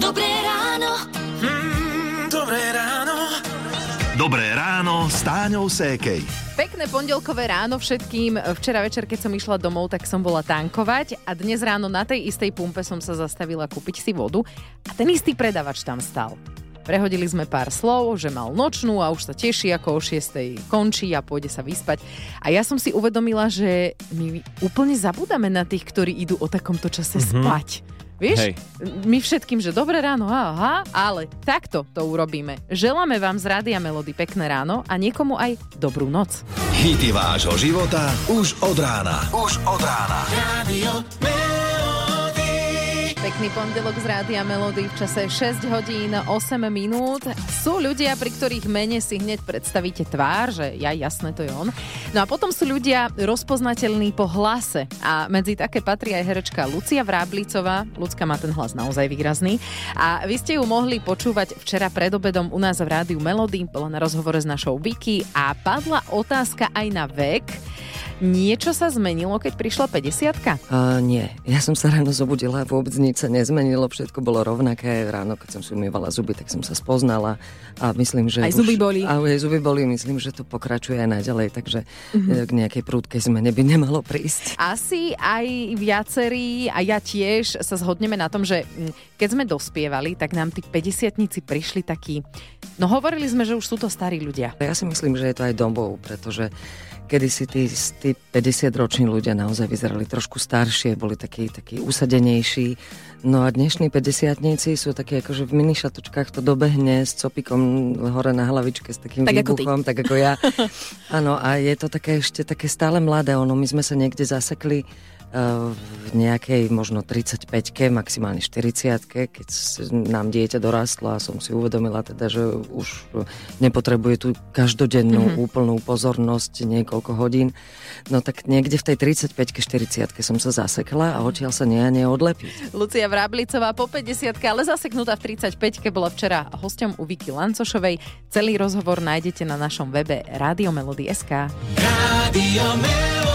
Dobré ráno. Dobré ráno. Dobré ráno s Táňou Sékej. Pekné pondelkové ráno všetkým. Včera večer, keď som išla domov, tak som bola tankovať a dnes ráno na tej istej pumpe som sa zastavila kúpiť si vodu a ten istý predavač tam stal. Prehodili sme pár slov, že mal nočnú a už sa teší, ako o 6:00 končí a pôjde sa vyspať. A ja som si uvedomila, že my úplne zabudáme na tých, ktorí idú o takomto čase spať. Vieš, my všetkým, že dobré ráno, aha, ale takto to urobíme. Želáme vám z Rádia Melody pekné ráno a niekomu aj dobrú noc. Hity vášho života už od rána. Rádio Pekný pondelok z Rádia Melody v čase 6 hodín 8 minút. Sú ľudia, pri ktorých mene si hneď predstavíte tvár, že ja, jasné, to je on. No a potom sú ľudia rozpoznateľní po hlase. A medzi také patrí aj herečka Lucia Vráblicová. Lucka má ten hlas naozaj výrazný. A vy ste ju mohli počúvať včera pred obedom u nás v Rádiu Melody. Bola na rozhovore s našou Vicky a padla otázka aj na vek. Niečo sa zmenilo, keď prišla 50-ka? Nie. Ja som sa ráno zobudila, vôbec nič sa nezmenilo, všetko bolo rovnaké. Ráno, keď som si umývala zuby, tak som sa spoznala a myslím, že aj zuby boli. Aj zuby boli, myslím, že to pokračuje aj naďalej, takže k nejakej prúdkej zmene by nemalo prísť. Asi aj viacerí a ja tiež sa zhodneme na tom, že keď sme dospievali, tak nám tí 50-tníci prišli takí, no hovorili sme, že už sú to starí ľudia. Ja si myslím, že je to aj dobou, pretože kedysi tí 50-roční ľudia naozaj vyzerali trošku staršie, boli takí usadenejší. No a dnešní 50-tníci sú takí akože v mini šatočkách, to dobehne s copikom hore na hlavičke, s takým výbuchom, tak ako ja. Áno, a je to také ešte také stále mladé. My sme sa niekde zasekli v nejakej možno 35-ke, maximálne 40-ke, keď nám dieťa dorastlo a som si uvedomila teda, že už nepotrebuje tú každodennú úplnú pozornosť niekoľko hodín. No tak niekde v tej 35-ke, 40-ke som sa zasekla a odtiaľ sa neodlepiť. Lucia Vráblicová po 50-ke, ale zaseknutá v 35-ke, bola včera hosťom u Vicky Lancošovej. Celý rozhovor nájdete na našom webe radiomelyody.sk. Rádio Melody.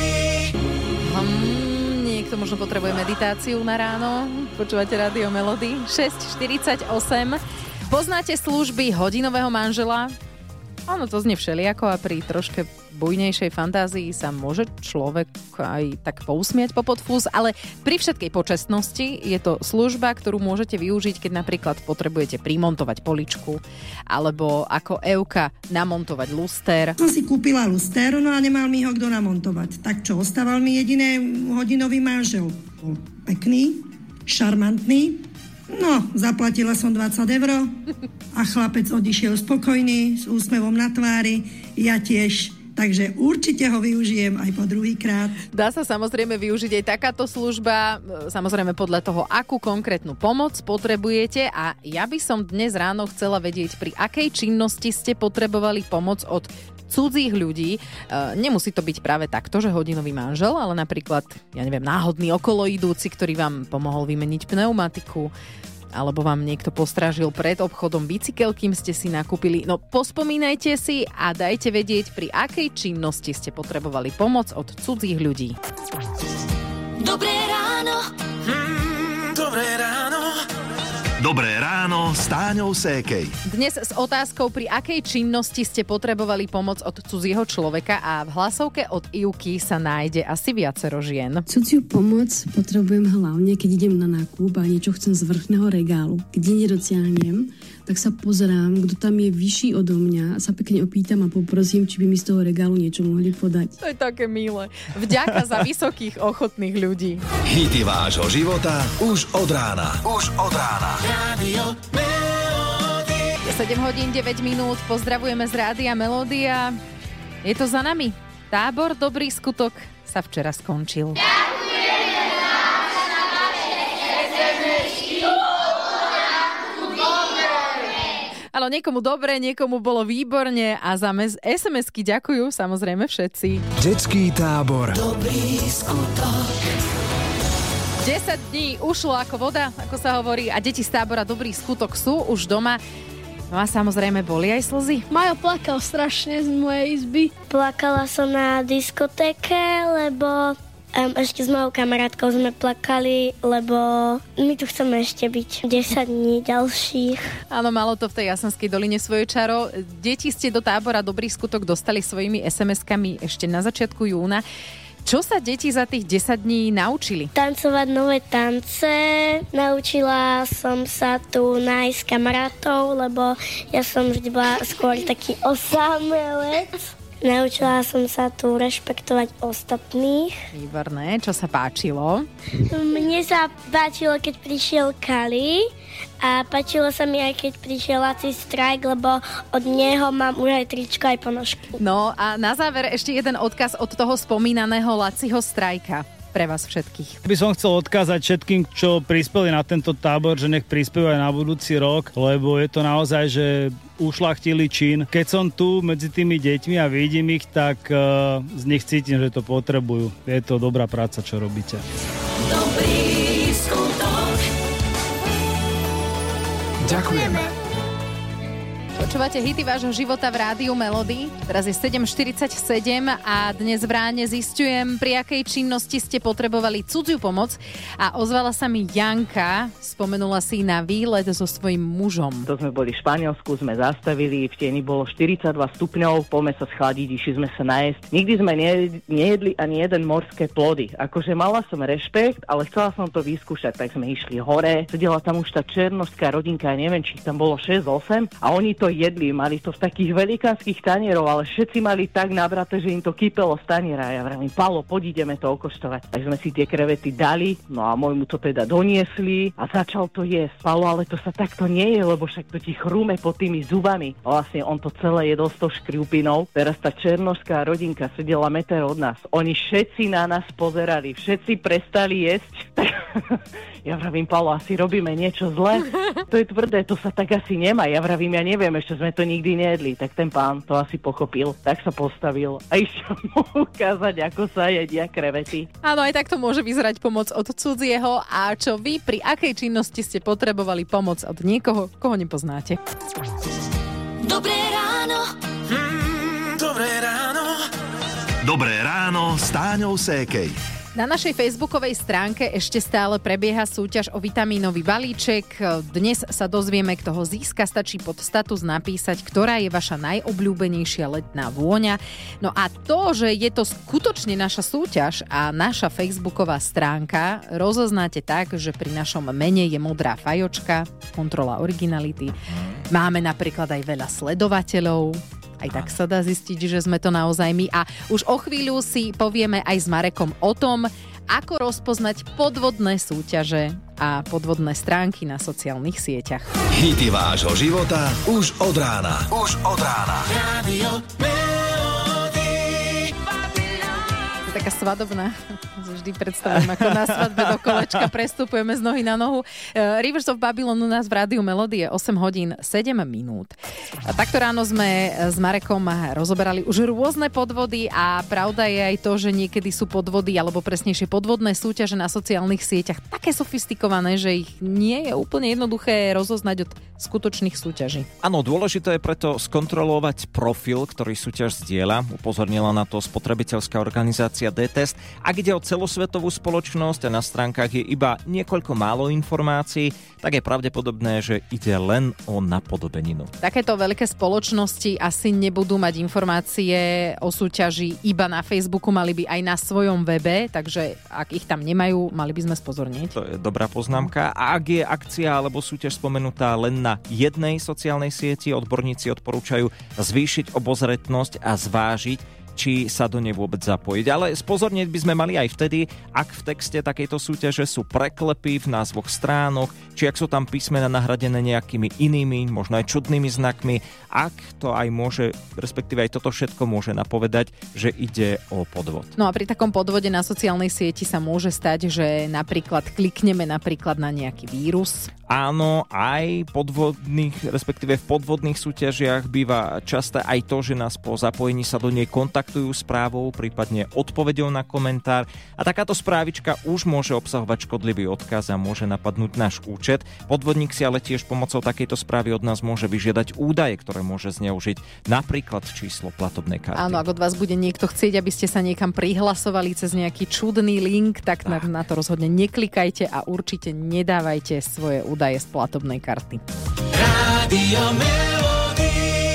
Niekto možno potrebuje meditáciu na ráno. Počúvate Rádio Melody. 6:48. Poznáte služby hodinového manžela? Áno, to znie všelijako a pri troške bujnejšej fantázii sa môže človek aj tak pousmiať po podfús, ale pri všetkej počestnosti je to služba, ktorú môžete využiť, keď napríklad potrebujete primontovať poličku, alebo ako Evka namontovať luster. Som si kúpila luster, no a nemal mi ho kto namontovať. Tak čo, ostával mi jediné hodinový manžel. Bol pekný, šarmantný. No, zaplatila som 20 € a chlapec odišiel spokojný, s úsmevom na tvári, ja tiež. Takže určite ho využijem aj po druhýkrát. Dá sa samozrejme využiť aj takáto služba, samozrejme podľa toho, akú konkrétnu pomoc potrebujete a ja by som dnes ráno chcela vedieť, pri akej činnosti ste potrebovali pomoc od cudzích ľudí. Nemusí to byť práve takto, že hodinový manžel, ale napríklad, náhodný okoloidúci, ktorý vám pomohol vymeniť pneumatiku, alebo vám niekto postrážil pred obchodom bicykel, kým ste si nakúpili. No pospomínajte si a dajte vedieť, pri akej činnosti ste potrebovali pomoc od cudzích ľudí. Dobré ráno. Dobré ráno. Dobré ráno s Táňou Sékej. Dnes s otázkou, pri akej činnosti ste potrebovali pomoc od cudzieho človeka a v hlasovke od Ivky sa nájde asi viacero žien. Cudziu pomoc potrebujem hlavne, keď idem na nákup a niečo chcem z vrchného regálu. Keď nedociahnem, tak sa pozerám, kto tam je vyšší odo mňa a sa pekne opýtam a poprosím, či by mi z toho regálu niečo mohli podať. To je také milé. Vďaka za vysokých ochotných ľudí. Hity vášho života už od rána. Rádio Melody. 7 hodín 9 minút, pozdravujeme z Rádia Melody a je to za nami. Tábor Dobrý skutok sa včera skončil. Ale niekomu dobre, niekomu bolo výborne a za SMS-ky ďakujú samozrejme všetci. Detský tábor Dobrý skutok. 10 dní ušlo ako voda, ako sa hovorí, a deti z tábora Dobrý skutok sú už doma. No a samozrejme boli aj slzy. Majo plakal strašne z mojej izby. Plakala som na diskotéke, lebo Ešte s mojou kamarátkou sme plakali, lebo my tu chceme ešte byť 10 dní ďalších. Áno, malo to v tej Jasenskej doline svoje čaro. Deti ste do tábora Dobrý skutok dostali svojimi SMS-kami ešte na začiatku júna. Čo sa deti za tých 10 dní naučili? Tancovať nové tance. Naučila som sa tu nájsť kamarátov, lebo ja som vždy bola skôr taký osamelec. Naučila som sa tu rešpektovať ostatných. Výborné, čo sa páčilo? Mne sa páčilo, keď prišiel Kali a páčilo sa mi aj keď prišiel Laci Strajk, lebo od neho mám už aj tričko, aj ponožky. No a na záver ešte jeden odkaz od toho spomínaného Laciho Strajka pre vás všetkých. By som chcel odkázať všetkým, čo prispeli na tento tábor, že nech prispievajú na budúci rok, lebo je to naozaj, že ušľachtilý čin. Keď som tu medzi tými deťmi a vidím ich, tak z nich cítim, že to potrebujú. Je to dobrá práca, čo robíte. Dobrý skutok. Ďakujeme. Počúvate hity vášho života v Rádiu Melody. Teraz je 7:47 a dnes v ráne zisťujem, pri akej činnosti ste potrebovali cudziu pomoc a ozvala sa mi Janka. Spomenula si na výlet so svojím mužom. To sme boli v Španielsku, sme zastavili, v tieni bolo 42 stupňov, poďme sa schladiť, išli sme sa najesť. Nikdy sme nejedli ani jeden morské plody. Akože mala som rešpekt, ale chcela som to vyskúšať, tak sme išli hore. Sedela tam už tá černošská rodinka, ja neviem, či tam bolo 6-8 a oni to jedli, mali to v takých velikánskych tanierov, ale všetci mali tak nabraté, že im to kypelo z taniera. Ja vravím, Pálo, poď ideme to okoštovať. Tak sme si tie krevety dali, no a môjmu to teda doniesli a začal to jesť. Pálo, ale to sa takto nie je, lebo však to ti chrúme pod tými zubami. A vlastne on to celé jedol s tou škriupinou. Teraz tá černošská rodinka sedela meter od nás. Oni všetci na nás pozerali, všetci prestali jesť. Ja vravím, Pálo, asi robíme niečo zlé. To je tvrdé, to sa tak asi nemá. Ja vravím, ja neviem, ešte sme to nikdy nejedli. Tak ten pán to asi pochopil, tak sa postavil a išiel mu ukázať, ako sa jedia krevety. Áno, aj takto môže vyzerať pomoc od cudzieho. A čo vy, pri akej činnosti ste potrebovali pomoc od niekoho, koho nepoznáte? Dobré ráno. Dobré ráno. Dobré ráno s Táňou Sékej. Na našej facebookovej stránke ešte stále prebieha súťaž o vitamínový balíček. Dnes sa dozvieme, kto ho získa. Stačí pod status napísať, ktorá je vaša najobľúbenejšia letná vôňa. No a to, že je to skutočne naša súťaž a naša facebooková stránka, rozoznáte tak, že pri našom mene je modrá fajočka, kontrola originality. Máme napríklad aj veľa sledovateľov. Aj tak sa dá zistiť, že sme to naozaj my. A už o chvíľu si povieme aj s Marekom o tom, ako rozpoznať podvodné súťaže a podvodné stránky na sociálnych sieťach. Hity vášho života už od rána. Už od rána. Radio Taká svadobná. Vždy predstavujem, ako na svadbe do kolečka prestupujeme z nohy na nohu. Rivers of Babylon u nás v Rádiu Melody je 8 hodín 7 minút. A takto ráno sme s Marekom rozoberali už rôzne podvody a pravda je aj to, že niekedy sú podvody, alebo presnejšie podvodné súťaže na sociálnych sieťach také sofistikované, že ich nie je úplne jednoduché rozoznať od skutočných súťaží. Áno, dôležité je preto skontrolovať profil, ktorý súťaž zdieľa. Upozornila na to spotrebiteľská organizácia D-Test. Ak ide o celosvetovú spoločnosť a na stránkach je iba niekoľko málo informácií, tak je pravdepodobné, že ide len o napodobeninu. Takéto veľké spoločnosti asi nebudú mať informácie o súťaži iba na Facebooku, mali by aj na svojom webe, takže ak ich tam nemajú, mali by sme spozornieť. To je dobrá poznámka. A ak je akcia alebo súťaž spomenutá len na jednej sociálnej sieti, odborníci odporúčajú zvýšiť obozretnosť a zvážiť, či sa do nej vôbec zapojiť. Ale spozornieť by sme mali aj vtedy, ak v texte takejto súťaže sú preklepy v názvoch stránok, či ak sú tam písmená nahradené nejakými inými, možno aj čudnými znakmi. Ak to aj môže, respektíve aj toto všetko môže napovedať, že ide o podvod. No a pri takom podvode na sociálnej sieti sa môže stať, že napríklad klikneme napríklad na nejaký vírus. Áno, aj podvodných, respektíve v podvodných súťažiach býva časté aj to, že nás po zapojení sa do nej kontaktujú kontaktujú správou, prípadne odpoveďou na komentár. A takáto správička už môže obsahovať škodlivý odkaz a môže napadnúť náš účet. Podvodník si ale tiež pomocou takejto správy od nás môže vyžiadať údaje, ktoré môže zneužiť, napríklad číslo platobnej karty. Áno, ak od vás bude niekto chcieť, aby ste sa niekam prihlasovali cez nejaký čudný link, tak na to rozhodne neklikajte a určite nedávajte svoje údaje z platobnej karty. Rádio Melody.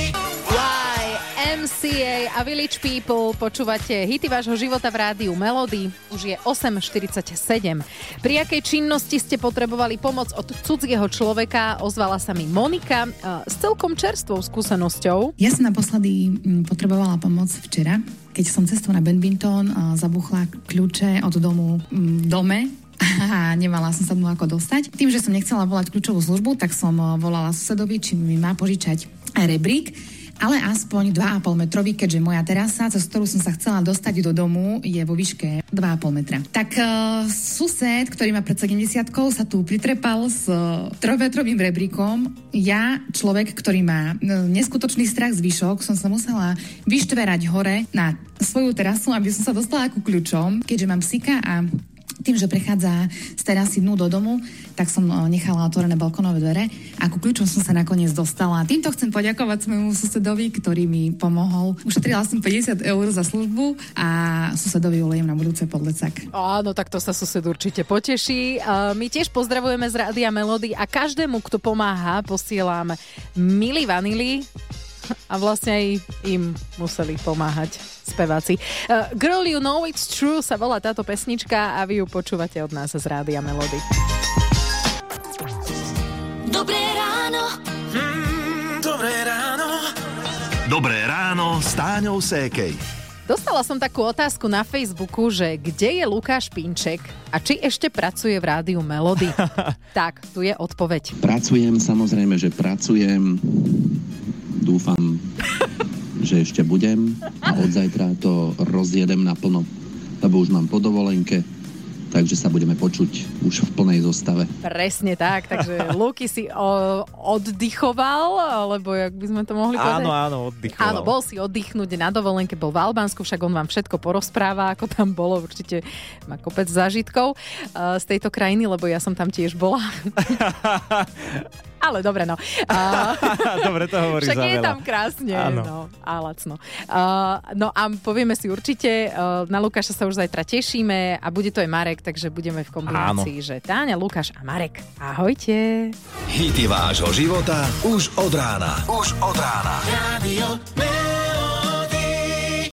MCA a Village People, počúvate hity vášho života v rádiu Melody. Už je 8:47. Pri akej činnosti ste potrebovali pomoc od cudzieho človeka? Ozvala sa mi Monika s celkom čerstvou skúsenosťou. Ja som naposledy potrebovala pomoc včera, keď som cestou na badminton zabuchla kľúče od domu v dome a nemala som sa dnu ako dostať. Tým, že som nechcela volať kľúčovú službu, tak som volala susedovi, či mi má požičať rebrík, ale aspoň 2,5 metrový, keďže moja terasa, cez ktorú som sa chcela dostať do domu, je vo výške 2,5 metra. Tak sused, ktorý má pred 70-kou, sa tu pritrepal s 3-metrovým rebríkom. Ja, človek, ktorý má neskutočný strach z výšok, som sa musela vyštverať hore na svoju terasu, aby som sa dostala ku kľúčom, keďže mám psíka a tým, že prechádza z terasy dnu do domu, tak som nechala otvorené balkónové dvere a ku kľúčom som sa nakoniec dostala. Týmto chcem poďakovať svojmu susedovi, ktorý mi pomohol. Ušetrila som 50 eur za službu a susedovi ulejem na budúce podlecak. Áno, tak to sa sused určite poteší. My tiež pozdravujeme z Rádia Melody a každému, kto pomáha, posielam milí vanily a vlastne aj im museli pomáhať speváci. Girl, You Know It's True sa volá táto pesnička a vy ju počúvate od nás z Rádia Melody. Dobré ráno. Dobré ráno. Dobré ráno s Táňou Sékej. Dostala som takú otázku na Facebooku, že kde je Lukáš Pinček a či ešte pracuje v Rádiu Melody. Tak, tu je odpoveď. Pracujem, samozrejme, že pracujem. Dúfam, že ešte budem a od zajtra to rozjedem naplno, lebo už mám po dovolenke, takže sa budeme počuť už v plnej zostave. Presne tak, takže Luky si oddychoval, alebo jak by sme to mohli povedať? Áno, oddychoval. Áno, bol si oddychnúť na dovolenke, bol v Albánsku, však on vám všetko porozpráva, ako tam bolo, určite má kopec zážitkov z tejto krajiny, lebo ja som tam tiež bola. Ale dobre, no. Dobre, to hovoríš za veľa. Však je tam krásne, no, a lacno. No a povieme si určite, na Lukáša sa už zajtra tešíme a bude to aj Marek, takže budeme v kombinácii, že Táňa, Lukáš a Marek. Ahojte. Hity vášho života už od rána. Už od rána. Rádio